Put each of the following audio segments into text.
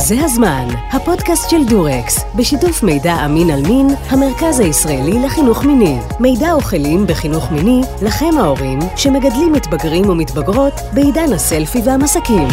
זה הזמן, הפודקאסט של דורקס, בשיתוף מידע אמין על מין, המרכז הישראלי לחינוך מיני. מידע וכלים בחינוך מיני לכם ההורים שמגדלים מתבגרים ומתבגרות בעידן הסלפי והמסכים.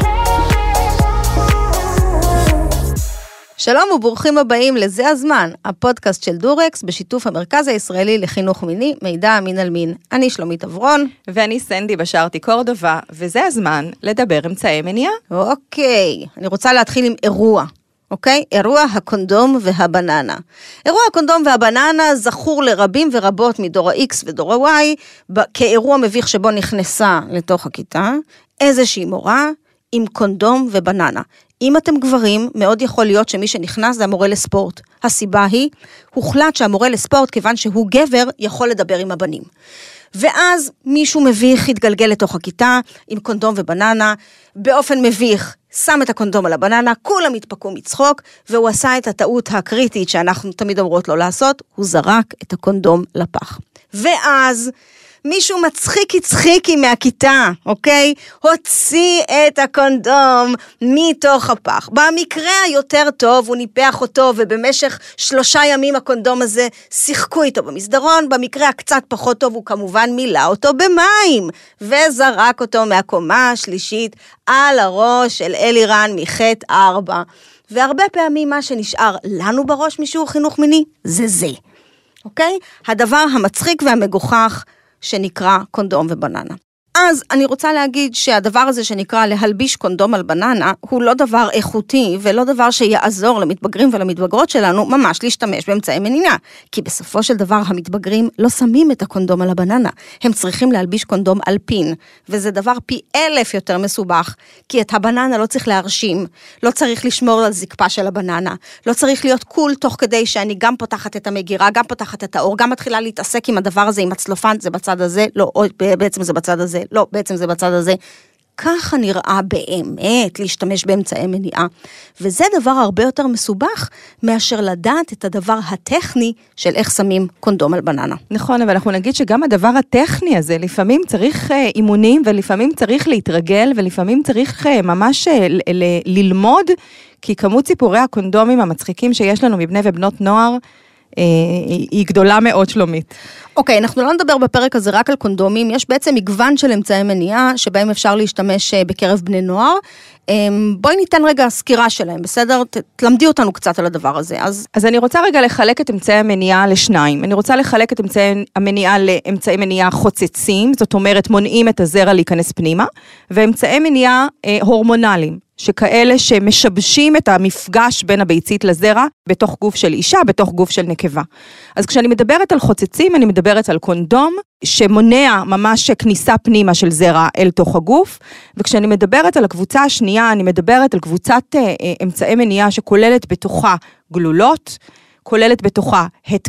שלום וברוכים הבאים לזה הזמן, הפודקאסט של דורקס בשיתוף המרכז הישראלי לחינוך מיני, מידע אמין על מין. אני שלומית אברון. ואני סנדי בשארתי קורדובה, וזה הזמן לדבר אמצעי מניעה. אוקיי, אני רוצה להתחיל עם אירוע. אוקיי? אירוע הקונדום והבננה. אירוע הקונדום והבננה זכור לרבים ורבות מדור ה-X ודור ה-Y, כאירוע מביך שבו נכנסה לתוך הכיתה, איזושהי מורה עם קונדום ובננה. אם אתם גברים, מאוד יכול להיות שמי שנכנס זה המורה לספורט. הסיבה היא, הוחלט שהמורה לספורט, כיוון שהוא גבר, יכול לדבר עם הבנים. ואז מישהו מביך התגלגל לתוך הכיתה עם קונדום ובננה, באופן מביך שם את הקונדום על הבננה, כולם התפקעו מצחוק, והוא עשה את הטעות הקריטית שאנחנו תמיד אומרות לו לעשות, הוא זרק את הקונדום לפח. ואז מישהו מצחיקי מהכיתה, אוקיי? הוציא את הקונדום מתוך הפח. במקרה היותר טוב, הוא ניפח אותו, ובמשך 3 ימים הקונדום הזה שיחקו איתו במסדרון. במקרה הקצת פחות טוב, הוא כמובן מילא אותו במים, וזרק אותו מהקומה השלישית על הראש של אלירן מחטא 4. והרבה פעמים מה שנשאר לנו בראש משיעור חינוך מיני, זה. אוקיי? הדבר המצחיק והמגוחך, שנקרא קונדום ובננה. אז אני רוצה להגיד שהדבר הזה שנקרא להלביש קונדום על בננה, הוא לא דבר איכותי ולא דבר שיעזור למתבגרים ולמתבגרות שלנו ממש להשתמש באמצעי מניעה. כי בסופו של דבר המתבגרים לא שמים את הקונדום על הבננה. הם צריכים להלביש קונדום על פין, וזה דבר פי 1000 יותר מסובך, כי את הבננה לא צריך להרשים, לא צריך לשמור על זקפה של הבננה, לא צריך להיות קול תוך כדי שאני גם פותחת את המגירה, גם פותחת את האור, גם מתחילה להתעסק עם הדבר הזה, עם הצלופן, זה בצד הזה, לא, בעצם זה בצד הזה. לא, בעצם זה בצד הזה. ככה נראה באמת להשתמש באמצעי מניעה. וזה דבר הרבה יותר מסובך מאשר לדעת את הדבר הטכני של איך שמים קונדום על בננה. נכון, אבל אנחנו נגיד שגם הדבר הטכני הזה, לפעמים צריך אימונים, ולפעמים צריך להתרגל, ולפעמים צריך ממש ללמוד, כי כמות סיפורי הקונדומים המצחיקים שיש לנו מבני ובנות נוער, היא גדולה מאוד, שלומית. אוקיי, אנחנו לא נדבר בפרק הזה רק על קונדומים, יש בעצם מגוון של אמצעי מניעה, שבהם אפשר להשתמש בקרב בני נוער. בואי ניתן רגע סקירה שלהם, בסדר? תלמדי אותנו קצת על הדבר הזה. אז אני רוצה רגע לחלק את אמצעי המניעה לשניים. אני רוצה לחלק את אמצעי המניעה לאמצעי מניעה חוצצים, זאת אומרת מונעים את הזרע להיכנס פנימה, ואמצעי מניעה הורמונליים. שכאלה שמשבשים את המפגש בין הביצית לזרע, בתוך גוף של אישה, בתוך גוף של נקבה. אז כשאני מדברת על חוצצים, אני מדברת על קונדום, שמונע ממש כניסה פנימה של זרע אל תוך הגוף, וכשאני מדברת על הקבוצה השנייה, אני מדברת על קבוצת אמצעי מניעה, שכוללת בתוכה גלולות, כוללת בתוכה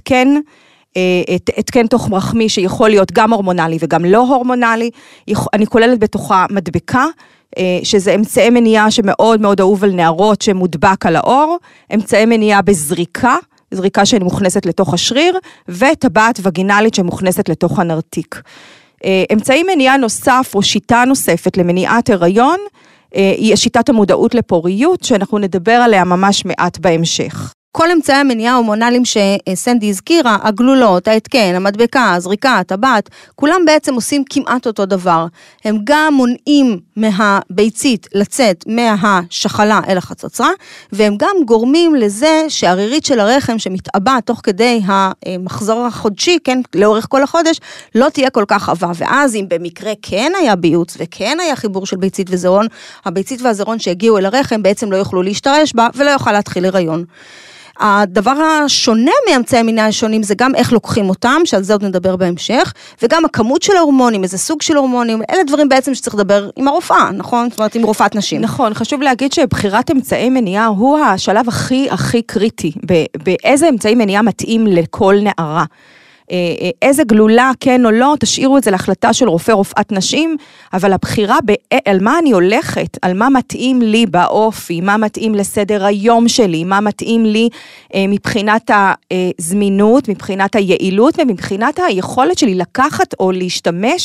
התקן תוך רחמי, שיכול להיות גם הורמונלי וגם לא הורמונלי, אני כוללת בתוכה מדבקה, שזה אמצעי מניעה שמאוד מאוד אהוב על נערות שמודבק על האור, אמצעי מניעה בזריקה, זריקה שמוכנסת לתוך השריר, וטבעת וגינלית שמוכנסת לתוך הנרתיק. אמצעי מניעה נוסף או שיטה נוספת למניעת הריון, היא שיטת המודעות לפוריות, שאנחנו נדבר עליה ממש מעט בהמשך. כל אמצעי המניעה ההורמונליים שסנדי הזכירה, הגלולות, ההתקן, המדבקה, הזריקה, הטבעת, כולם בעצם עושים כמעט אותו דבר. הם גם מונעים מהביצית לצאת מהשחלה אל החצוצרה, והם גם גורמים לזה שהרירית של הרחם שמתאבא תוך כדי המחזור החודשי, כן, לאורך כל החודש, לא תהיה כל כך עבה. ואז אם במקרה כן היה ביוץ וכן היה חיבור של ביצית וזרעון, הביצית והזרעון שהגיעו אל הרחם בעצם לא יוכלו להשתרש בה ולא יוכל להתחיל הריון. הדבר השונה מאמצעי המניעה השונים זה גם איך לוקחים אותם, שעל זה עוד נדבר בהמשך, וגם הכמות של ההורמונים, איזה סוג של הורמונים, אלה דברים בעצם שצריך לדבר עם הרופאה, נכון? זאת אומרת, עם רופאת נשים. נכון, חשוב להגיד שבחירת אמצעי מניעה הוא השלב הכי קריטי, באיזה אמצעי מניעה מתאים לכל נערה. איזה גלולה, כן או לא, תשאירו את זה להחלטה של רופאת נשים, אבל הבחירה על מה אני הולכת, על מה מתאים לי באופי, מה מתאים לסדר היום שלי, מה מתאים לי מבחינת הזמינות, מבחינת היעילות, ומבחינת היכולת שלי לקחת או להשתמש,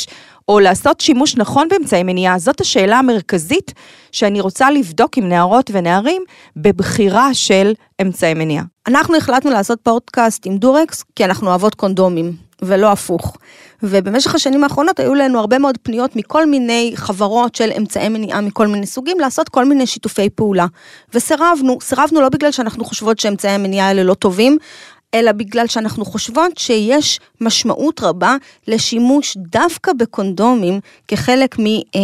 או לעשות שימוש נכון באמצעי מניעה, זאת השאלה המרכזית שאני רוצה לבדוק עם נערות ונערים בבחירה של אמצעי מניעה. אנחנו החלטנו לעשות פודקאסט עם דורקס, כי אנחנו אוהבות קונדומים, ולא הפוך. ובמשך השנים האחרונות היו לנו הרבה מאוד פניות מכל מיני חברות של אמצעי מניעה מכל מיני סוגים, לעשות כל מיני שיתופי פעולה. וסירבנו לא בגלל שאנחנו חושבות שאמצעי המניעה האלה לא טובים, אלא בגלל שאנחנו חושבות שיש משמעות רבה לשימוש דווקא בקונדומים כחלק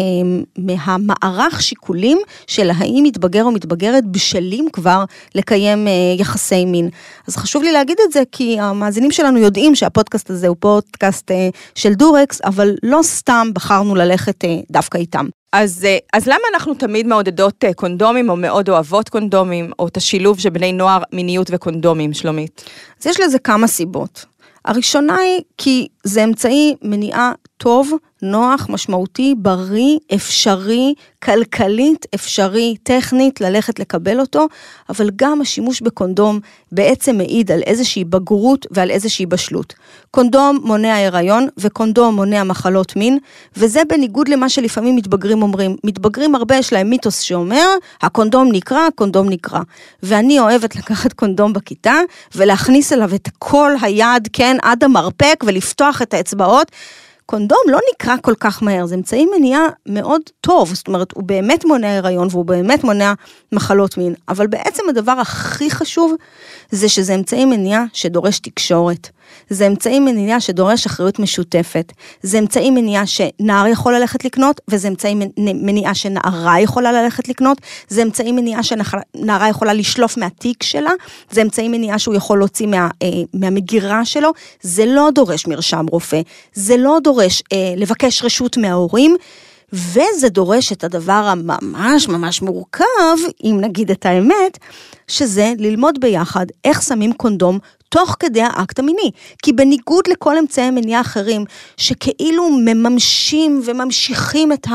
מהמערך שיקולים של האם מתבגר או מתבגרת בשלים כבר לקיים יחסי מין. אז חשוב לי להגיד את זה כי המאזינים שלנו יודעים שהפודקאסט הזה הוא פודקאסט של דורקס, אבל לא סתם בחרנו ללכת דווקא איתם. אז למה אנחנו תמיד מעודדות קונדומים, או מאוד אוהבות קונדומים, או את השילוב של בני נוער, מיניות וקונדומים, שלומית? אז יש לזה כמה סיבות. הראשונה היא כי זה אמצעי מניעה טוב, נוח, משמעותי, בריא, אפשרי, כלכלית, אפשרי, טכנית, ללכת לקבל אותו, אבל גם השימוש בקונדום בעצם מעיד על איזושהי בגרות ועל איזושהי בשלות. קונדום מונע הריון וקונדום מונע מחלות מין, וזה בניגוד למה שלפעמים מתבגרים אומרים. מתבגרים הרבה יש להם מיתוס שאומר, הקונדום נקרא, הקונדום נקרא. ואני אוהבת לקחת קונדום בכיתה, ולהכניס אליו את כל היד, כן, עד המרפק, ולפתוח את האצבעות. קונדום לא נקרא כל כך מהר, זה אמצעי מניעה מאוד טוב, זאת אומרת, הוא באמת מונע הריון, והוא באמת מונע מחלות מין, אבל בעצם הדבר הכי חשוב, זה שזה אמצעי מניעה שדורש תקשורת, זה אמצעי מניעה שדורש אחריות משותפת, זה אמצעי מניעה שנער יכול ללכת לקנות, וזה אמצעי מניעה שנערה יכולה ללכת לקנות, זה אמצעי מניעה שנערה יכולה לשלוף מהתיק שלה, זה אמצעי מניעה שהוא יכול להוציא מהמגירה שלו, זה לא דורש מרשם רופא, זה לא דורש לבקש רשות מההורים, וזה דורש את הדבר הממש ממש מורכב, אם נגיד את האמת, שזה ללמוד ביחד איך שמים קונדום תוך כדי האקט המיני. כי בניגוד לכל אמצעי מניעה אחרים, שכאילו מממשים וממשיכים את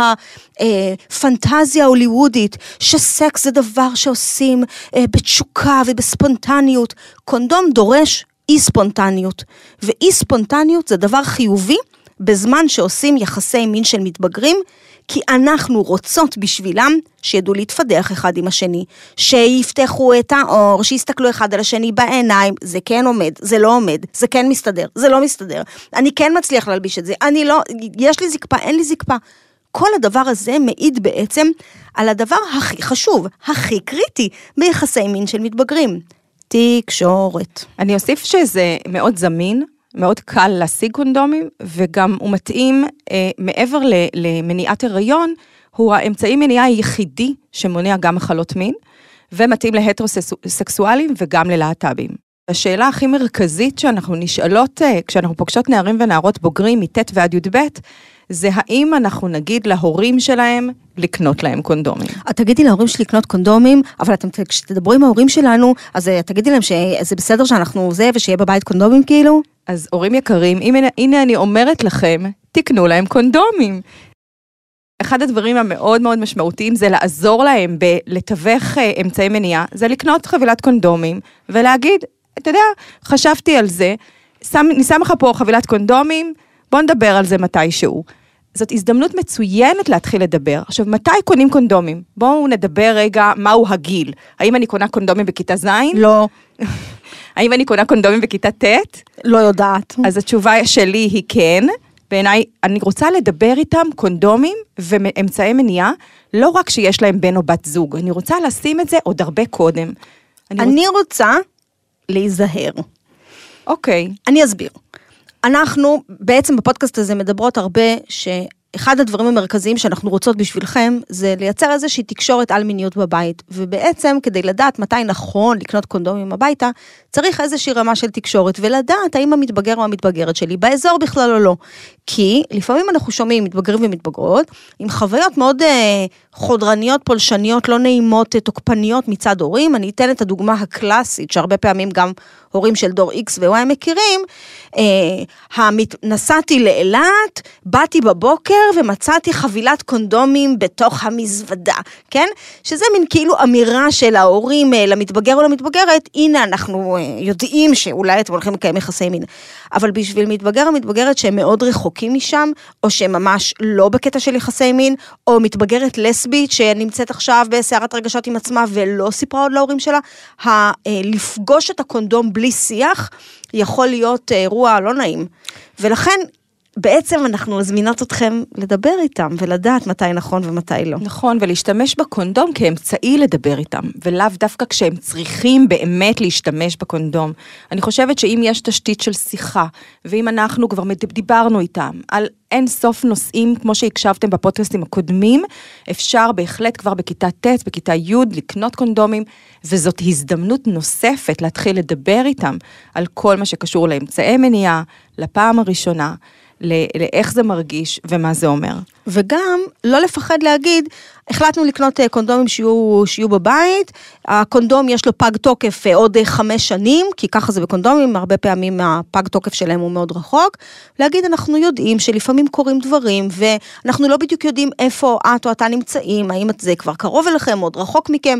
הפנטזיה ההוליוודית, שסקס זה דבר שעושים בתשוקה ובספונטניות, קונדום דורש אי ספונטניות. ואי ספונטניות זה דבר חיובי, בזמן שעושים יחסי מין של מתבגרים, כי אנחנו רוצות בשבילם שידעו להתפדח אחד עם השני, שיפתחו את האור, שיסתכלו אחד על השני בעיניים, זה כן עומד, זה לא עומד, זה כן מסתדר, זה לא מסתדר, אני כן מצליח להלביש את זה, אני לא, יש לי זקפה, אין לי זקפה. כל הדבר הזה מעיד בעצם על הדבר הכי חשוב, הכי קריטי ביחסי מין של מתבגרים, תקשורת. אני אוסיף שזה מאוד זמין, מאוד קל להשיג קונדומים, וגם הוא מתאים מעבר למניעת הריון, הוא האמצעי מניעה היחידי שמונע גם מחלות מין, ומתאים להטרוסקסואלים וגם ללהט"בים. השאלה הכי מרכזית שאנחנו נשאלות, כשאנחנו פוגשות נערים ונערות בוגרים מט' ועד י"ב, זה האם אנחנו נגיד להורים שלהם לקנות להם קונדומים. תגידי להורים שלי לקנות קונדומים, אבל כשתדברו עם ההורים שלנו, אז תגידי להם שזה בסדר שאנחנו זה, ושיהיה בבית קונדומים כאילו? אז הורים יקרים, הנה אני אומרת לכם, תקנו להם קונדומים. אחד הדברים המאוד מאוד משמעותיים זה לעזור להם בלתווך אמצעי מניעה, זה לקנות חבילת קונדומים, ולהגיד, אתה יודע, חשבתי על זה, אני שם לך פה חבילת קונדומים, בוא נדבר על זה מתישהו. זאת הזדמנות מצוינת להתחיל לדבר. עכשיו, מתי קונים קונדומים? בואו נדבר רגע מהו הגיל. האם אני קונה קונדומים בכיתה ז'? לא. האם אני קונה קונדומים בכיתה ט'? לא יודעת. אז התשובה שלי היא כן. בעיניי, אני רוצה לדבר איתם קונדומים ואמצעי מניעה, לא רק שיש להם בן או בת זוג. אני רוצה לשים את זה עוד הרבה קודם. אני רוצה להיזהר. אוקיי. אני אסביר. אנחנו בעצם בפודקאסט הזה מדברות הרבה שאחד הדברים המרכזיים שאנחנו רוצות בשבילכם זה לייצר איזושהי תקשורת על מיניות בבית, ובעצם כדי לדעת מתי נכון לקנות קונדומים הביתה, צריך איזושהי רמה של תקשורת, ולדעת האם המתבגר או המתבגרת שלי באזור בכלל או לא. כי לפעמים אנחנו שומעים מתבגרים ומתבגרות עם חוויות מאוד חודרניות, פולשניות, לא נעימות, תוקפניות מצד הורים. אני אתן את הדוגמה הקלאסית, שהרבה פעמים גם הורים של דור X ו-Y מכירים. נסעתי לאילת, באתי בבוקר ומצאתי חבילת קונדומים בתוך המזוודה, כן? שזה מין כאילו אמירה של ההורים למתבגר או למתבגרת, הנה אנחנו יודעים שאולי אתם הולכים לקיים יחסי מין. אבל בשביל מתבגר או מתבגרת שהם מאוד רחוקים משם, או שהם ממש לא בקטע של יחסי מין, או מתבגרת לסבית שנמצאת עכשיו בסערת רגשות עם עצמה ולא סיפרה עוד להורים שלה, לפגוש את הקונדום בלי שיח יכול להיות אירוע לא נעים. ולכן בעצם אנחנו מזמינות אתכם לדבר איתם, ולדעת מתי נכון ומתי לא. נכון, ולהשתמש בקונדום כאמצעי לדבר איתם, ולאו דווקא כשהם צריכים באמת להשתמש בקונדום. אני חושבת שאם יש תשתית של שיחה, ואם אנחנו כבר דיברנו איתם, על אין סוף נושאים, כמו שהקשבתם בפודקאסטים הקודמים, אפשר בהחלט כבר בכיתה ט', בכיתה י', לקנות קונדומים, וזאת הזדמנות נוספת להתחיל לדבר איתם, על כל מה שקשור לאמצעי מניעה, לפעם הראשונה, לאיך זה מרגיש ומה זה אומר. וגם לא לפחד להגיד, החלטנו לקנות קונדומים שיהיו בבית, הקונדום יש לו פג תוקף עוד 5 שנים, כי ככה זה בקונדומים, הרבה פעמים הפג תוקף שלהם הוא מאוד רחוק, להגיד אנחנו יודעים שלפעמים קורים דברים, ואנחנו לא בדיוק יודעים איפה את או אתה נמצאים, האם זה כבר קרוב אליכם, עוד רחוק מכם,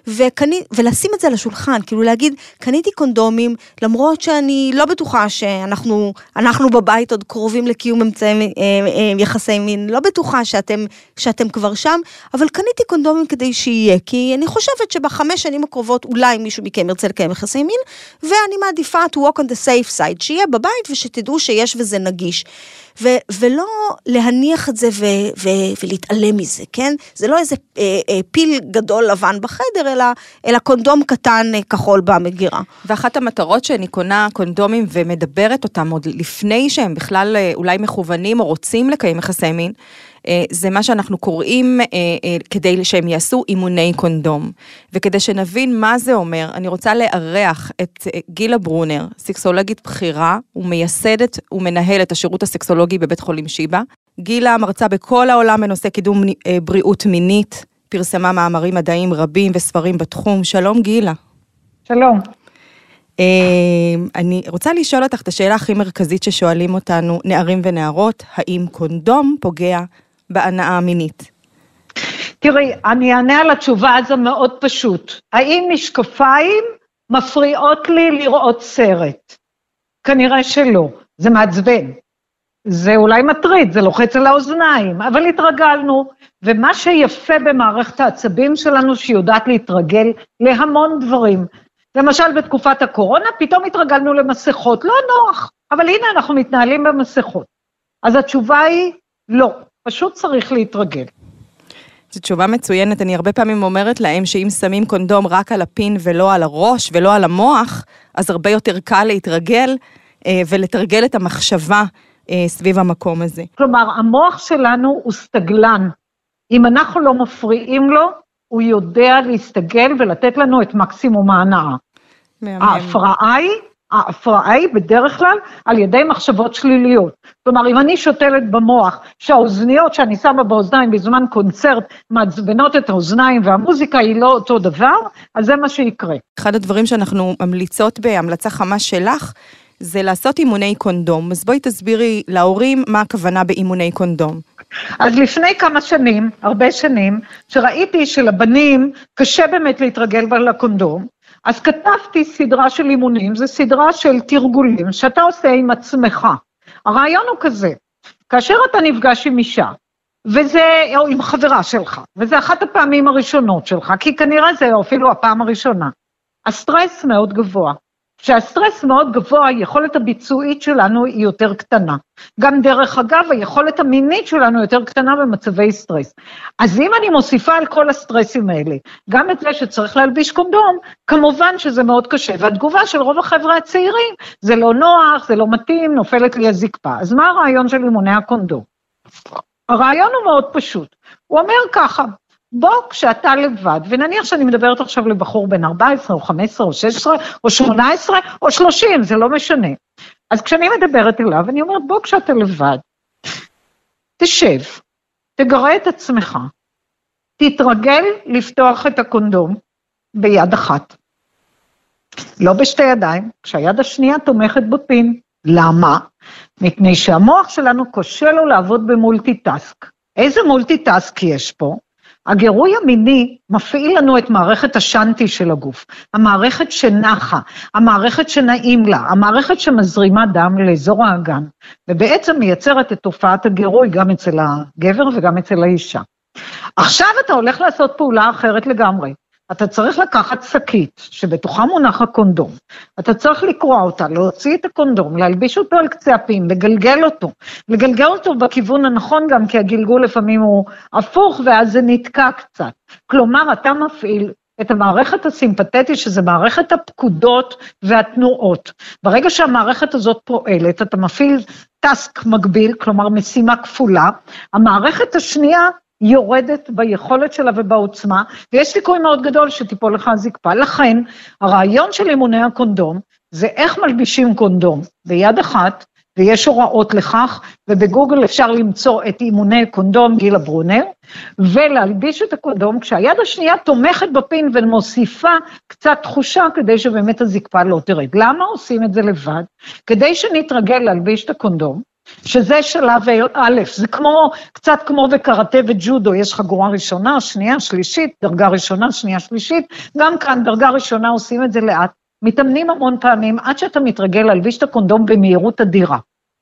ולשים את זה על השולחן, כאילו להגיד, קניתי קונדומים, למרות שאני לא בטוחה שאנחנו בבית עוד קרובים לקיום אמצעי יחסי מין, לא בטוחה שאתם כבר שם, אבל קניתי קונדומים כדי שיהיה, כי אני חושבת שב5 שנים הקרובות אולי מישהו מכם ירצה לקיים יחסי מין, ואני מעדיפה to walk on the safe side, שיהיה בבית ושתדעו שיש וזה נגיש. ולא להניח את זה ולהתעלם מזה, כן? זה לא איזה פיל גדול לבן בחדר, אלא קונדום קטן כחול במגירה. ואחת המטרות שאני קונה קונדומים ומדברת אותם עוד לפני שהם בכלל אולי מכוונים או רוצים לקיים יחסי מין, זה מה שאנחנו קוראים כדי שהם יעשו אימוני קונדום. וכדי שנבין מה זה אומר, אני רוצה לארח את גילה ברונר, סקסולוגית בחירה ומייסדת ומנהלת השירות הסקסולוגי בבית חולים שיבא. גילה מרצה בכל העולם בנושא קידום בריאות מינית, פרסמה מאמרים מדעיים רבים וספרים בתחום. שלום גילה. שלום. אני רוצה לשאול אותך את השאלה הכי מרכזית ששואלים אותנו, נערים ונערות, האם קונדום פוגע בהנאה המינית? תראי, אני אענה על התשובה הזו מאוד פשוט. האם משקפיים מפריעות לי לראות סרט? כנראה שלא. זה מעצבן. זה אולי מטריד, זה לוחץ על האוזניים, אבל התרגלנו. ומה שיפה במערכת העצבים שלנו, שהיא יודעת להתרגל להמון דברים. למשל בתקופת הקורונה, פתאום התרגלנו למסכות. לא נוח, אבל הנה אנחנו מתנהלים במסכות. אז התשובה היא לא. פשוט צריך להתרגל. זו תשובה מצוינת, אני הרבה פעמים אומרת להם שאם שמים קונדום רק על הפין ולא על הראש ולא על המוח, אז הרבה יותר קל להתרגל ולתרגל את המחשבה סביב המקום הזה. כלומר, המוח שלנו הוא סטגלן. אם אנחנו לא מפריעים לו, הוא יודע להסתגל ולתת לנו את מקסימום ההנאה. ההפרעה היא בדרך כלל על ידי מחשבות שליליות. כלומר, אם אני שותלת במוח שהאוזניות שאני שמה באוזניים בזמן קונצרט מעצבנות את האוזניים והמוזיקה היא לא אותו דבר, אז זה מה שיקרה. אחד הדברים שאנחנו ממליצות בהמלצה חמה שלך, זה לעשות אימוני קונדום. אז בואי תסבירי להורים מה הכוונה באימוני קונדום. אז לפני כמה שנים, הרבה שנים, שראיתי שלבנים קשה באמת להתרגל לקונדום, אז כתבתי סדרה של אימונים, זו סדרה של תרגולים שאתה עושה עם עצמך. הרעיון הוא כזה, כאשר אתה נפגש עם אישה, או עם חברה שלך, וזה אחת הפעמים הראשונות שלך, כי כנראה זה אפילו הפעם הראשונה, הסטרס מאוד גבוה. כשהסטרס מאוד גבוה, היכולת הביצועית שלנו היא יותר קטנה. גם דרך אגב, היכולת המינית שלנו יותר קטנה במצבי סטרס. אז אם אני מוסיפה על כל הסטרסים האלה, גם את זה שצריך להלביש קונדום, כמובן שזה מאוד קשה. והתגובה של רוב החבר'ה הצעירים, זה לא נוח, זה לא מתאים, נופלת לי הזקפה. אז מה הרעיון של אימוני הקונדום? הרעיון הוא מאוד פשוט. הוא אומר ככה, בוא כשאתה לבד, ונניח שאני מדברת עכשיו לבחור בין 14 או 15 או 16 או 18 או 30, זה לא משנה. אז כשאני מדברת אליו, אני אומרת, בוא כשאתה לבד, תשב, תגרה את עצמך, תתרגל לפתוח את הקונדום ביד אחת. לא בשתי ידיים, כשהיד השנייה תומכת בפין. למה? מפני שהמוח שלנו קשה לו לעבוד במולטיטאסק. איזה מולטיטאסק יש פה? הגירוי המיני מפעיל לנו את מערכת השנטי של הגוף, המערכת שנחה, המערכת שנעים לה, המערכת שמזרימה דם לאזור האגן, ובעצם מייצרת את תופעת הגירוי גם אצל הגבר וגם אצל האישה. עכשיו אתה הולך לעשות פעולה אחרת לגמרי. אתה צריך לקחת שקית שבתוכה מונח הקונדום, אתה צריך לקרוע אותה, להוציא את הקונדום, להלביש אותו על קצה הפין, לגלגל אותו בכיוון הנכון גם, כי הגלגול לפעמים הוא הפוך, ואז זה נתקע קצת. כלומר, אתה מפעיל את המערכת הסימפתטית, שזה מערכת הפקודות והתנועות. ברגע שהמערכת הזאת פועלת, אתה מפעיל טסק מקביל, כלומר משימה כפולה, המערכת השנייה יורדת ביכולת שלה ובעוצמה, ויש סיכוי מאוד גדול שתיפול לך הזקפה. לכן, הרעיון של אימוני הקונדום, זה איך מלבישים קונדום ביד אחת, ויש הוראות לכך, ובגוגל אפשר למצוא את אימוני קונדום גילה ברונר, ולהלביש את הקונדום, כשהיד השנייה תומכת בפין ומוסיפה קצת תחושה, כדי שבאמת הזקפה לא תרד. למה עושים את זה לבד? כדי שנתרגל להלביש את הקונדום, שזה שלב א', זה קצת כמו בקראטה וג'ודו, יש חגורה ראשונה, שנייה, שלישית, דרגה ראשונה, שנייה, שלישית, גם כאן דרגה ראשונה עושים את זה לאט, מתאמנים המון פעמים, עד שאתה מתרגל להלביש את הקונדום במהירות אדירה.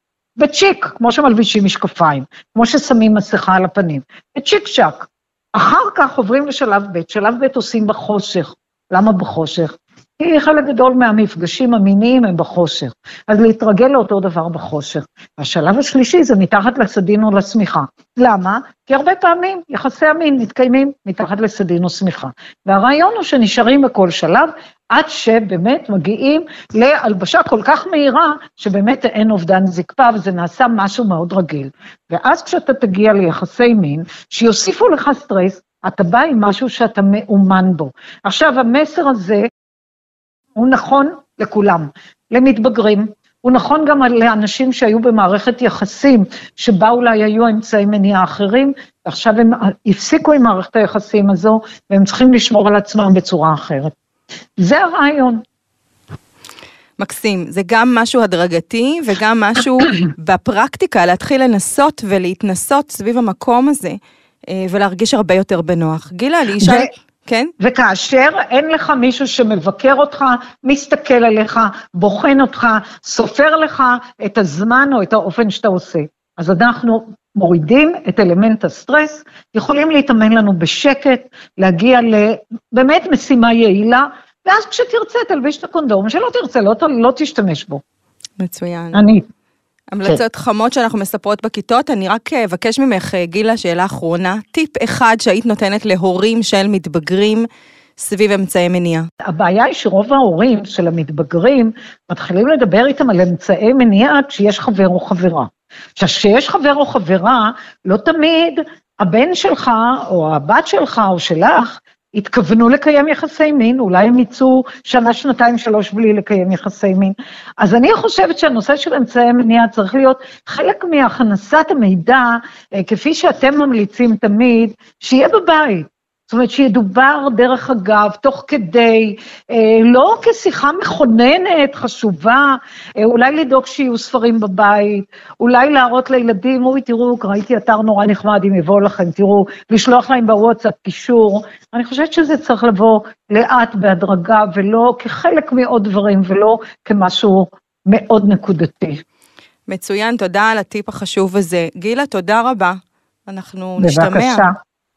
בצ'יק, כמו שמלבישים משקפיים, כמו ששמים מסכה על הפנים, בצ'יק צ'ק. אחר כך עוברים לשלב ב', שלב ב' עושים בחושך. למה בחושך? כי חלק גדול מהמפגשים המיניים הם בחושך, אז להתרגל לאותו דבר בחושך. השלב השלישי זה מתחת לסדין או לשמיכה. למה? כי הרבה פעמים יחסי המין מתקיימים מתחת לסדין או שמיכה. והרעיון הוא שנשארים בכל שלב, עד שבאמת מגיעים להלבשה כל כך מהירה, שבאמת אין אובדן זקפה, וזה נעשה משהו מאוד רגיל. ואז כשאתה תגיע ליחסי מין, שיוסיפו לך סטרס, אתה בא עם משהו שאתה מאומן בו. עכשיו, המסר הזה, הוא נכון לכולם, למתבגרים, הוא נכון גם לאנשים שהיו במערכת יחסים, שבה אולי היו אמצעי מניעה אחרים, ועכשיו הם הפסיקו עם מערכת היחסים הזו, והם צריכים לשמור על עצמם בצורה אחרת. זה הרעיון. מקסים, זה גם משהו הדרגתי, וגם משהו בפרקטיקה, להתחיל לנסות ולהתנסות סביב המקום הזה, ולהרגיש הרבה יותר בנוח. גילה, אני אשאל... כן? וכאשר אין לך מישהו שמבקר אותך, מסתכל עליך, בוחן אותך, סופר לך את הזמן או את האופן שאתה עושה. אז אנחנו מורידים את אלמנט הסטרס, יכולים להתאמן לנו בשקט, להגיע לבאמת משימה יעילה, ואז כשתרצה תלביש את הקונדום, שלא תרצה, לא תשתמש בו. מצוין. אני... המלצות חמות שאנחנו מספרות בכיתות, אני רק אבקש ממך, גילה, שאלה אחרונה, טיפ אחד שהיית נותנת להורים של מתבגרים סביב אמצעי מניעה. הבעיה היא שרוב ההורים של המתבגרים מתחילים לדבר איתם על אמצעי מניעה כשיש חבר או חברה. עכשיו, כשיש חבר או חברה, לא תמיד הבן שלך או הבת שלך או שלך, התכוונו לקיים יחסי מין, אולי הם יצאו שנה, שנתיים, 3 בלי לקיים יחסי מין. אז אני חושבת שהנושא של אמצעי מניעה צריך להיות חלק מהכנסת המידע, כפי שאתם ממליצים תמיד, שיהיה בבית. זאת אומרת שידובר דרך אגב, תוך כדי, לא כשיחה מכוננת, חשובה, אולי לדאוג שיהיו ספרים בבית, אולי להראות לילדים, אוי תראו, ראיתי אתר נורא נחמד, אם יבואו לכם, תראו, לשלוח להם בוואטסאפ קישור, אני חושבת שזה צריך לבוא לאט בהדרגה, ולא כחלק מעוד דברים, ולא כמשהו מאוד נקודתי. מצוין, תודה על הטיפ החשוב הזה. גילה, תודה רבה, אנחנו נשתמע. בבקשה.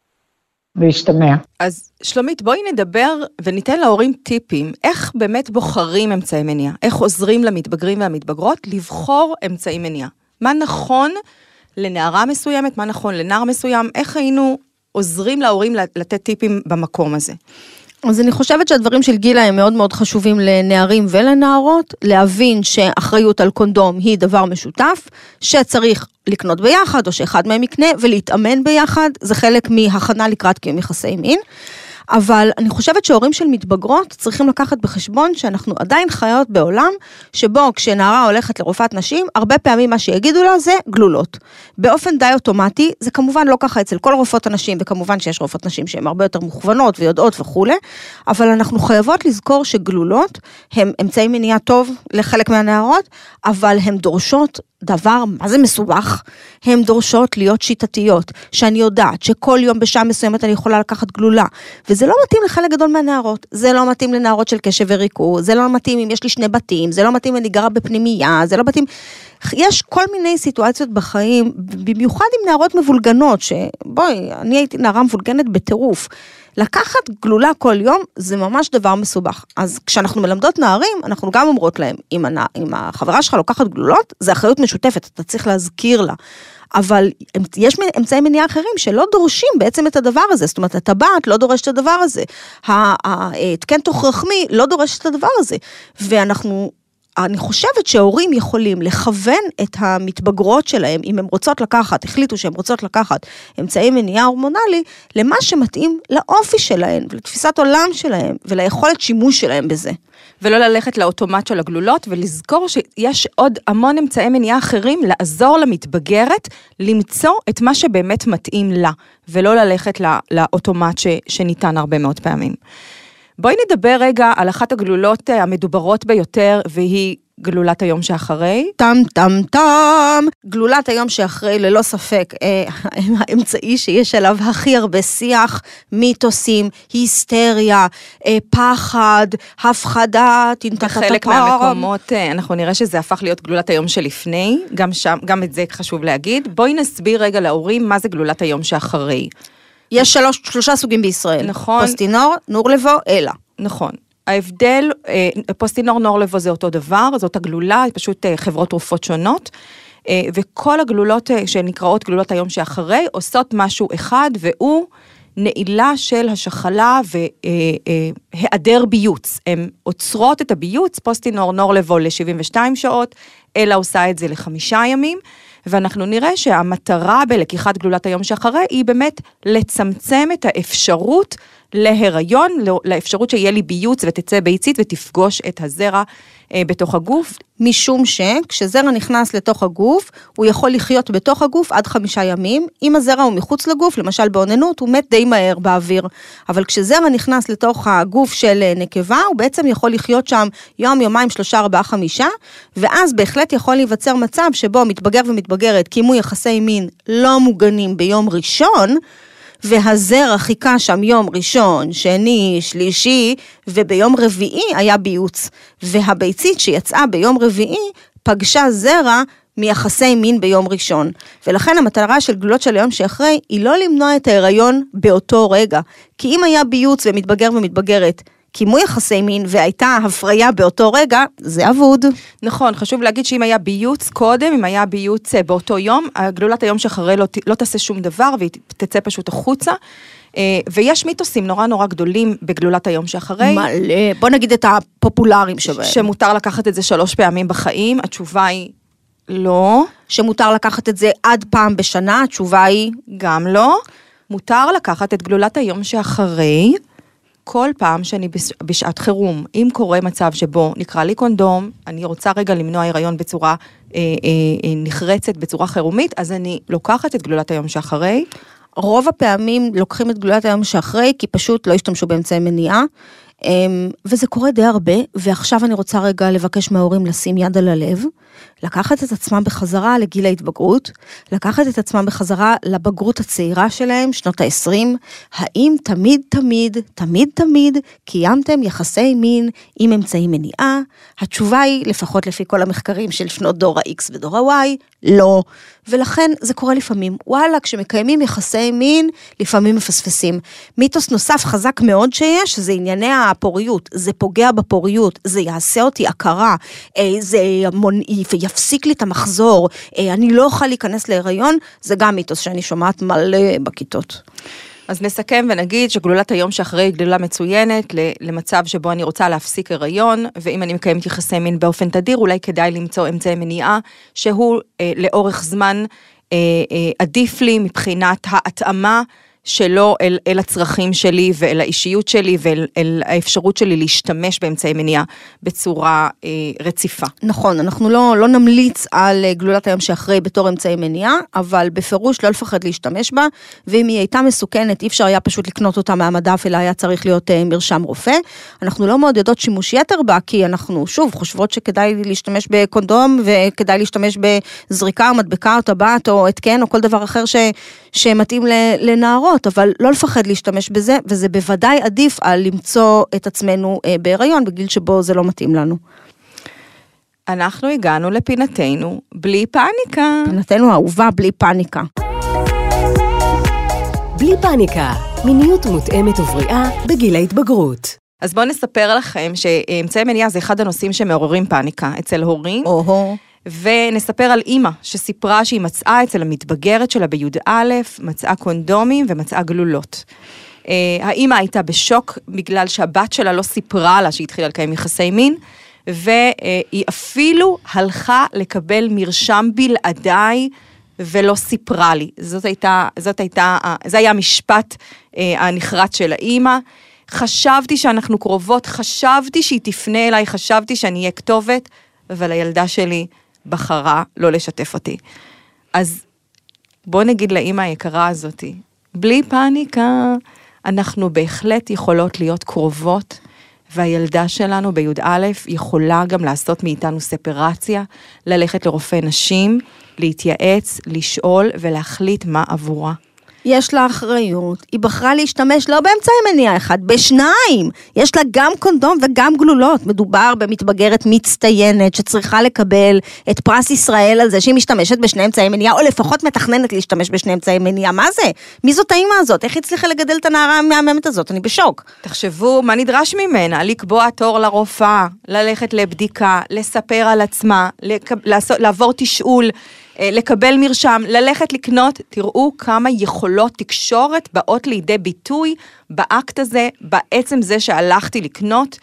להשתמע. אז שלומית, בואי נדבר וניתן להורים טיפים, איך באמת בוחרים אמצעי מניעה, איך עוזרים למתבגרים והמתבגרות לבחור אמצעי מניעה. מה נכון לנערה מסוימת, מה נכון לנער מסוים, איך היינו עוזרים להורים לתת טיפים במקום הזה. אז אני חושבת שהדברים של גילה הם מאוד מאוד חשובים לנערים ולנערות, להבין שאחריות על קונדום היא דבר משותף, שצריך לקנות ביחד, או שאחד מהם יקנה, ולהתאמן ביחד, זה חלק מהכנה לקראת קיום יחסי מין. אבל אני חושבת שהורים של מתבגרות צריכים לקחת בחשבון שאנחנו עדיין חיות בעולם, שבו כשנערה הולכת לרופאת נשים, הרבה פעמים מה שיגידו לה זה גלולות. באופן די אוטומטי, זה כמובן לא ככה אצל כל רופאות הנשים, וכמובן שיש רופאות נשים שהן הרבה יותר מוכוונות ויודעות וכו', אבל אנחנו חייבות לזכור שגלולות הם אמצעי מניעה טוב לחלק מהנערות, אבל הן דורשות דבר, מה זה מסובך? הן דורשות להיות שיטתיות, שאני יודעת שכל יום בשעה מסוימת אני יכולה לקחת גלולה, וזה לא מתאים לחלק גדול מהנערות, זה לא מתאים לנערות של קשב וריכוז, זה לא מתאים אם יש לי 2 בתים, זה לא מתאים אם אני גרה בפנימייה, זה לא מתאים, יש כל מיני סיטואציות בחיים, במיוחד עם נערות מבולגנות, שבואי, אני הייתי נערה מבולגנת בטירוף, לקחת גלולה כל יום זה ממש דבר מסובך. אז כשאנחנו מלמדות נערים, אנחנו גם אומרות להם, אם החברה שלך לוקחת גלולות, זה אחריות משותפת, אתה צריך להזכיר לה. אבל יש אמצעי מניעה אחרים שלא דורשים בעצם את הדבר הזה, זאת אומרת, הטבעת לא דורש את הדבר הזה, התקן תוך רחמי לא דורש את הדבר הזה, אני חושבת שההורים יכולים לכוון את המתבגרות שלהם, אם הם רוצות לקחת, החליטו שהם רוצות לקחת אמצעי מניעה הורמונלי, למה שמתאים לאופי שלהם, ולתפיסת עולם שלהם, וליכולת שימוש שלהם בזה. ולא ללכת לאוטומט של הגלולות, ולזכור שיש עוד המון אמצעי מניעה אחרים, לעזור למתבגרת, למצוא את מה שבאמת מתאים לה, ולא ללכת לאוטומט שניתן הרבה מאוד פעמים. בואי נדבר רגע על אחת הגלולות המדוברות ביותר, והיא גלולת היום שאחרי. גלולת היום שאחרי, ללא ספק, האמצעי שיש עליו הכי הרבה שיח, מיתוסים, היסטריה, פחד, הפחדה, בחלק מהמקומות, אנחנו נראה שזה הפך להיות גלולת היום שלפני, גם את זה חשוב להגיד. בואי נסביר רגע להורים מה זה גלולת היום שאחרי. יש 3 סוגים בישראל. נכון. פוסטינור, נורלבו, אלה. נכון. ההבדל, פוסטינור, נורלבו זה אותו דבר, זאת הגלולה, פשוט חברות תרופות שונות, וכל הגלולות שנקראות גלולות היום שאחרי, עושות משהו אחד, והוא נעילה של השחלה והיעדר ביוץ. הן עוצרות את הביוץ, פוסטינור, נורלבו ל-72 שעות, אלה עושה את זה ל5 ימים, ואנחנו נראה שהמטרה בלקיחת גלולת היום שאחרי, היא באמת לצמצם את האפשרות להיריון, לאפשרות שיהיה לי ביוץ ותצא ביצית ותפגוש את הזרע בתוך הגוף. משום שכשזרע נכנס לתוך הגוף, הוא יכול לחיות בתוך הגוף עד 5 ימים, אם הזרע הוא מחוץ לגוף, למשל בעוננות, הוא מת די מהר באוויר, אבל כשזרע נכנס לתוך הגוף של נקבה, הוא בעצם יכול לחיות שם יום, יומיים, 3, 4, 5, ואז בהחלט יכול להיווצר מצב שבו מתבגר ומתבגרת קיימו יחסי מין לא מוגנים ביום ראשון, והזרע חיכה שם יום ראשון, שני, שלישי, וביום רביעי היה ביוץ, והביצית שיצאה ביום רביעי פגשה זרע מיחסי מין ביום ראשון, ולכן המטרה של גלולות של היום שאחרי היא לא למנוע את ההיריון באותו רגע, כי אם היה ביוץ ומתבגר ומתבגרת, קיימו יחסי מין והייתה הפריה באותו רגע, זה אבוד. נכון, חשוב להגיד שאם היה ביוץ קודם, אם היה ביוץ באותו יום, גלולת היום שאחרי לא תעשה שום דבר, והיא תצא פשוט החוצה, ויש מיתוסים נורא גדולים בגלולת היום שאחרי. מלא, בוא נגיד את הפופולריים שבהם. שמותר לקחת את זה 3 פעמים בחיים, התשובה היא לא. שמותר לקחת את זה עד פעם בשנה, התשובה היא גם לא. מותר לקחת את גלולת היום שאחרי, כל פעם שאני בשעת חירום, אם קורה מצב שבו נקרא לי קונדום, אני רוצה רגע למנוע הריון בצורה נחרצת, בצורה חירומית, אז אני לוקחת את גלולת היום שאחרי. רוב הפעמים לוקחים את גלולת היום שאחרי, כי פשוט לא השתמשו באמצעי מניעה, וזה קורה די הרבה, ועכשיו אני רוצה רגע לבקש מההורים לשים יד על הלב, לקחת את עצמם בחזרה לגיל ההתבגרות, לקחת את עצמם בחזרה לבגרות הצעירה שלהם, שנות ה-20, האם תמיד קיימתם יחסי מין עם אמצעי מניעה? התשובה היא, לפחות לפי כל המחקרים של שנות דור ה-X ודור ה-Y, לא. ולכן זה קורה לפעמים. וואלה, כשמקיימים יחסי מין, לפעמים מפספסים. מיתוס נוסף חזק מאוד שיש, זה ענייני הפוריות, זה פוגע בפוריות, זה יעשה אותי הכרה, זה יפסיק לי את המחזור, אני לא אוכל להיכנס להיריון, זה גם מיתוס שאני שומעת מלא בכיתות. אז נסכם ונגיד שגלולת היום שאחרי היא גלולה מצוינת למצב שבו אני רוצה להפסיק הריון, ואם אני מקיימת יחסי מין באופן תדיר, אולי כדאי למצוא אמצעי מניעה, שהוא לאורך זמן עדיף לי מבחינת ההתאמה שלא אל הצרכים שלי ואל האישיות שלי ואל האפשרות שלי להשתמש באמצעי מניעה בצורה רציפה. נכון, אנחנו לא נמליץ על גלולת היום שאחרי בתור אמצעי מניעה, אבל בפירוש לא לפחד להשתמש בה, ואם היא הייתה מסוכנת, אי אפשר היה פשוט לקנות אותה מהמדף, אלא היה צריך להיות מרשם רופא. אנחנו לא מאוד יודעות שימוש יתר בה, כי אנחנו שוב חושבות שכדאי להשתמש בקונדום, וכדאי להשתמש בזריקה, מדבקה או טבעת או התקן, או כל דבר אחר שמתאים לנערות, אבל לא לפחד להשתמש בזה, וזה בוודאי עדיף על למצוא את עצמנו בהיריון, בגיל שבו זה לא מתאים לנו. אנחנו הגענו לפינתנו בלי פאניקה. פינתנו האהובה בלי פאניקה. בלי פאניקה, מיניות מותאמת ובריאה בגיל ההתבגרות. אז בואו נספר לכם שאמצעי מניעה זה אחד הנושאים שמעוררים פאניקה אצל הורים. ונספר על אימא שסיפרה שהיא מצאה אצל המתבגרת שלה בי"א, מצאה קונדומים ומצאה גלולות. האימא הייתה בשוק בגלל שהבת שלה לא סיפרה לה שהיא התחילה לקיים יחסי מין, והיא אפילו הלכה לקבל מרשם בלעדיי ולא סיפרה לי. זה היה המשפט הנחרץ של האימא. חשבתי שאנחנו קרובות, חשבתי שהיא תפנה אליי, חשבתי שאני אהיה כתובת, אבל הילדה שלי בחרה לא לשתף אותי. אז בוא נגיד לאמא היקרה הזאת, בלי פאניקה, אנחנו בהחלט יכולות להיות קרובות, והילדה שלנו בי"א יכולה גם לעשות מאיתנו ספרציה, ללכת לרופא נשים, להתייעץ, לשאול ולהחליט מה עבורה. יש לה אחריות, היא בחרה להשתמש לא באמצעי מניעה אחד, בשניים. יש לה גם קונדום וגם גלולות. מדובר במתבגרת מצטיינת שצריכה לקבל את פרס ישראל על זה שהיא משתמשת בשני אמצעי מניעה, או לפחות מתכננת להשתמש בשני אמצעי מניעה. מה זה? מי זאת האמא הזאת? איך היא הצליחה לגדל את הנערה המהממת הזאת? אני בשוק. תחשבו מה נדרש ממנה, לקבוע תור לרופאה, ללכת לבדיקה, לספר על עצמה, לעבור תשאול, לקבל מרשם, ללכת לקנות, תראו כמה יכולות תקשורת באות לידי ביטוי באקט הזה, בעצם זה שהלכתי לקנות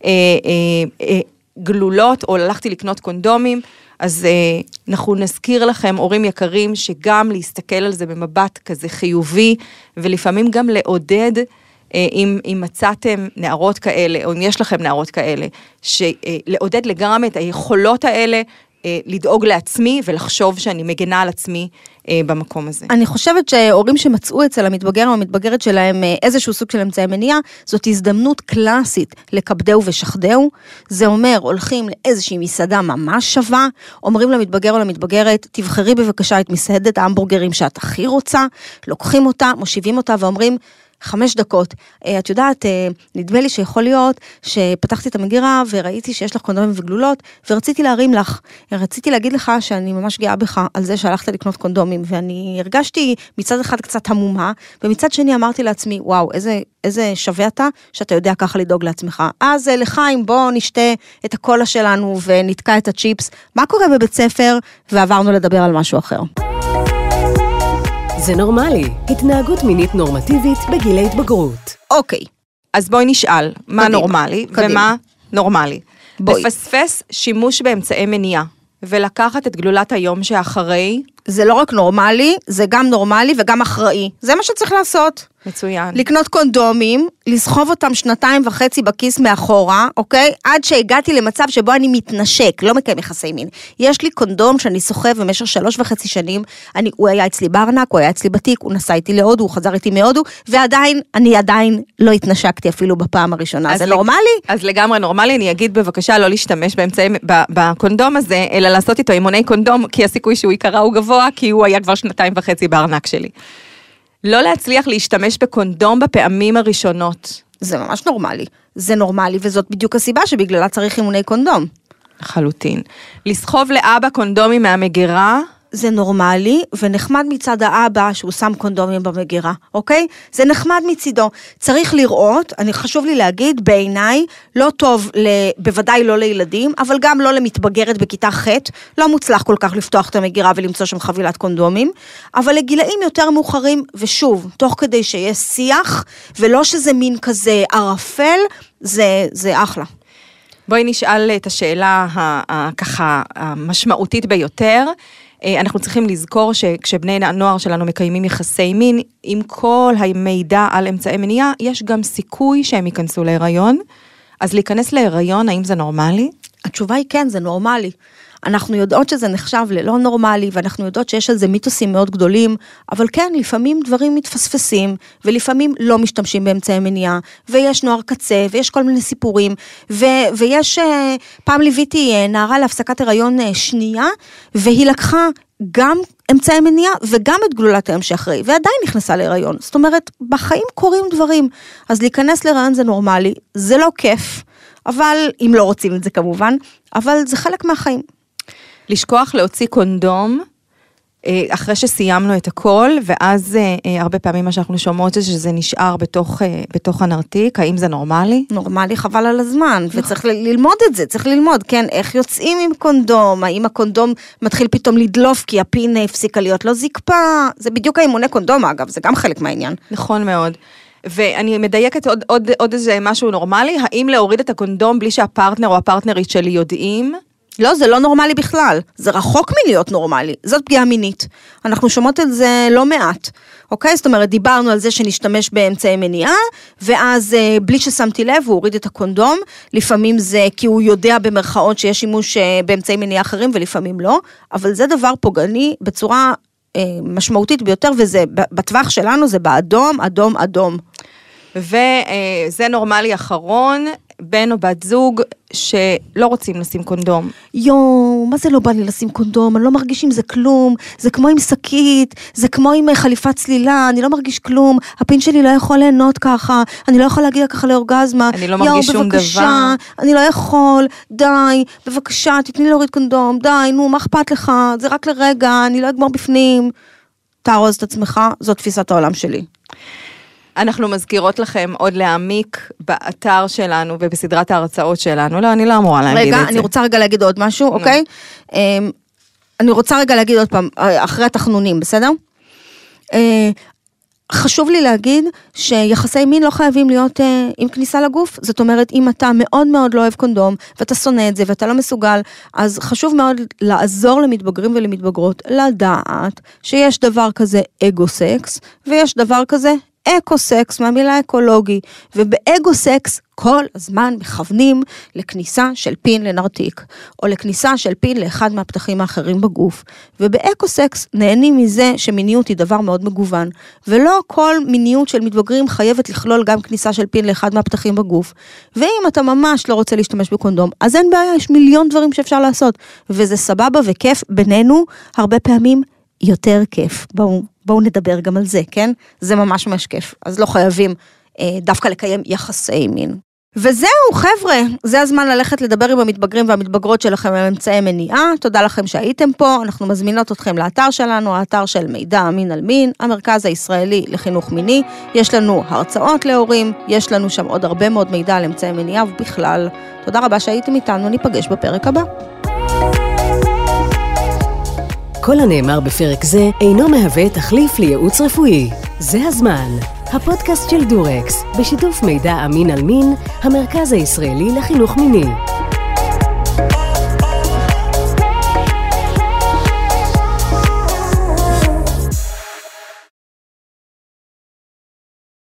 גלולות, או הלכתי לקנות קונדומים, אז אנחנו נזכיר לכם, הורים יקרים, שגם להסתכל על זה במבט כזה חיובי, ולפעמים גם לעודד, אם מצאתם נערות כאלה, או אם יש לכם נערות כאלה, שלעודד לגמרי את היכולות האלה, לדאוג לעצמי ולחשוב שאני מגנה על עצמי במקום הזה. אני חושבת שהורים שמצאו אצל המתבגר או המתבגרת שלהם איזשהו סוג של אמצעי מניעה, זאת הזדמנות קלאסית לקבדהו ושחדהו. זה אומר, הולכים לאיזושהי מסעדה ממש שווה, אומרים למתבגר או למתבגרת, תבחרי בבקשה את מסעדת ההמבורגרים שאת הכי רוצה, לוקחים אותה, מושיבים אותה ואומרים, 5 דקות. את יודעת, נדמה לי שיכול להיות שפתחתי את המגירה וראיתי שיש לך קונדומים וגלולות, ורציתי להרים לך. רציתי להגיד לך שאני ממש גאה בך על זה שהלכת לקנות קונדומים, ואני הרגשתי מצד אחד קצת המומה, ומצד שני אמרתי לעצמי, וואו, איזה שווה אתה שאתה יודע ככה לדאוג לעצמך. אז לחיים, בוא נשתה את הקולה שלנו ונתקע את הצ'יפס. מה קורה בבית ספר? ועברנו לדבר על משהו אחר. זה נורמלי, התנהגות מינית נורמטיבית בגיל ההתבגרות. אוקיי. אז בואי נשאל, מה נורמלי ומה נורמלי. לפספס שימוש באמצעי מניעה, ולקחת את גלולת היום שאחרי. זה לא רק נורמלי, זה גם נורמלי וגם אחראי. זה מה שצריך לעשות. מצוין. לקנות קונדומים, לסחוב אותם 2.5 בכיס מאחורה, אוקיי? עד שהגעתי למצב שבו אני מתנשק, לא מקיים יחסי מין. יש לי קונדום שאני סוחב במשך 3.5 שנים, הוא היה אצלי בארנק, הוא היה אצלי בתיק, הוא נסע איתי להודו, הוא חזר איתי מהודו, ועדיין, אני עדיין לא התנשקתי אפילו בפעם הראשונה. זה נורמלי? אז לגמרי נורמלי, אני אגיד בבקשה לא להשתמש בקונדום הזה, אלא לעשות איתו אימוני קונדום, כי הסיכוי שהוא יקרה הוא גבוה, כי הוא היה כבר 2.5 בארנק שלי. לא להצליח להשתמש בקונדום בפעמים הראשונות. זה ממש נורמלי. זה נורמלי, וזאת בדיוק הסיבה שבגללה צריך אימוני קונדום. לחלוטין. לסחוב לאבא קונדומים מהמגירה, זה נורמלי, ונחמד מצד האבא שהוא שם קונדומים במגירה, אוקיי? זה נחמד מצידו. צריך לראות, חשוב לי להגיד, בעיניי, לא טוב, בוודאי לא לילדים, אבל גם לא למתבגרת בכיתה ח', לא מוצלח כל כך לפתוח את המגירה ולמצוא שם חבילת קונדומים, אבל לגילאים יותר מאוחרים, ושוב, תוך כדי שיש שיח, ולא שזה מין כזה ערפל, זה אחלה. בואי נשאל את השאלה ככה המשמעותית ביותר, אנחנו צריכים לזכור שכשבני הנוער שלנו מקיימים יחסי מין, עם כל המידע על אמצעי מניעה, יש גם סיכוי שהם ייכנסו להיריון. אז להיכנס להיריון, האם זה נורמלי? התשובה היא כן, זה נורמלי. אנחנו יודעות שזה נחשב ללא נורמלי, ואנחנו יודעות שיש על זה מיתוסים מאוד גדולים, אבל כן, לפעמים דברים מתפספסים, ולפעמים לא משתמשים באמצעי מניעה, ויש נוער קצה, ויש כל מיני סיפורים, ויש, פעם ליוויתי נערה להפסקת הריון שנייה, והיא לקחה גם אמצעי מניעה, וגם את גלולת ההמשך אחרי, ועדיין נכנסה להיריון. זאת אומרת, בחיים קורים דברים, אז להיכנס להיריון זה נורמלי, זה לא כיף, אבל, אם לא רוצים את זה כמובן, אבל זה חלק מהחיים. לשכוח להוציא קונדום, אחרי שסיימנו את הכל, ואז הרבה פעמים מה שאנחנו שומעות זה שזה נשאר בתוך הנרתיק, האם זה נורמלי? נורמלי, חבל על הזמן, וצריך ללמוד את זה, צריך ללמוד, כן, איך יוצאים עם קונדום, האם הקונדום מתחיל פתאום לדלוף, כי הפין הפסיקה להיות לא זקפה, זה בדיוק האימוני קונדום אגב, זה גם חלק מהעניין. נכון מאוד. ואני מדייקת עוד איזה משהו נורמלי, האם להוריד את הקונדום בלי שהפרטנר או הפרטנרית שלי יודעים? לא, זה לא נורמלי בכלל, זה רחוק מלהיות נורמלי, זאת פגיעה מינית. אנחנו שומעות על זה לא מעט, אוקיי? זאת אומרת, דיברנו על זה שנשתמש באמצעי מניעה, ואז בלי ששמתי לב, הוא הוריד את הקונדום, לפעמים זה כי הוא יודע במרכאות שיש שימוש באמצעי מניעה אחרים, ולפעמים לא, אבל זה דבר פוגעני בצורה משמעותית ביותר, וזה בטווח שלנו זה באדום, אדום, אדום. וזה נורמלי אחרון, בן או בת זוג שלא רוצים לשים קונדום. מה זה לא בא לי לשים קונדום? אני לא מרגיש עם זה כלום, זה כמו עם שקית, זה כמו עם חליפת צלילה, אני לא מרגיש כלום, הפין שלי לא יכול ליהנות ככה, אני לא יכול להגיע ככה לאורגזמה. אני לא מרגיש שום דבר. אני לא יכול, די, בבקשה, תתני להוריד קונדום, די, נו, מה אכפת לך? זה רק לרגע, אני לא אגמור בפנים. תארוז את עצמך, זאת תפיסת העולם שלי. אנחנו מזכירות לכם עוד להעמיק באתר שלנו ובסדרת ההרצאות שלנו. לא, אני לא אמורה להגיד את זה. רגע, אני רוצה רגע להגיד עוד משהו, אוקיי? אני רוצה רגע להגיד עוד פעם, אחרי התחנונים, בסדר? חשוב לי להגיד שיחסי מין לא חייבים להיות עם כניסה לגוף, זאת אומרת, אם אתה מאוד מאוד לא אוהב קונדום, ואתה שונא את זה, ואתה לא מסוגל, אז חשוב מאוד לעזור למתבגרים ולמתבגרות, לדעת שיש דבר כזה אגו-סקס, ויש דבר כזה אקו-סקס, מהמילה אקולוגי, ובאגו-סקס כל הזמן מכוונים לכניסה של פין לנרתיק, או לכניסה של פין לאחד מהפתחים האחרים בגוף, ובאקו-סקס נהנים מזה שמיניות היא דבר מאוד מגוון, ולא כל מיניות של מתבגרים חייבת לכלול גם כניסה של פין לאחד מהפתחים בגוף, ואם אתה ממש לא רוצה להשתמש בקונדום, אז אין בעיה, יש מיליון דברים שאפשר לעשות, וזה סבבה וכיף, בינינו הרבה פעמים יותר כיף, בואו נדבר גם על זה, כן? זה ממש ממש כיף, אז לא חייבים דווקא לקיים יחסי מין. וזהו, חבר'ה, זה הזמן ללכת לדבר עם המתבגרים והמתבגרות שלכם על אמצעי מניעה, תודה לכם שהייתם פה, אנחנו מזמינות אתכם לאתר שלנו, האתר של מידע אמין על מין, המרכז הישראלי לחינוך מיני, יש לנו הרצאות להורים, יש לנו שם עוד הרבה מאוד מידע על אמצעי מניעה ובכלל. תודה רבה שהייתם איתנו, ניפגש בפרק הבא. כל הנאמר בפרק זה אינו מהווה תחליף לייעוץ רפואי. זה הזמן. הפודקאסט של דורקס, בשיתוף מידע אמין על מין, המרכז הישראלי לחינוך מיני.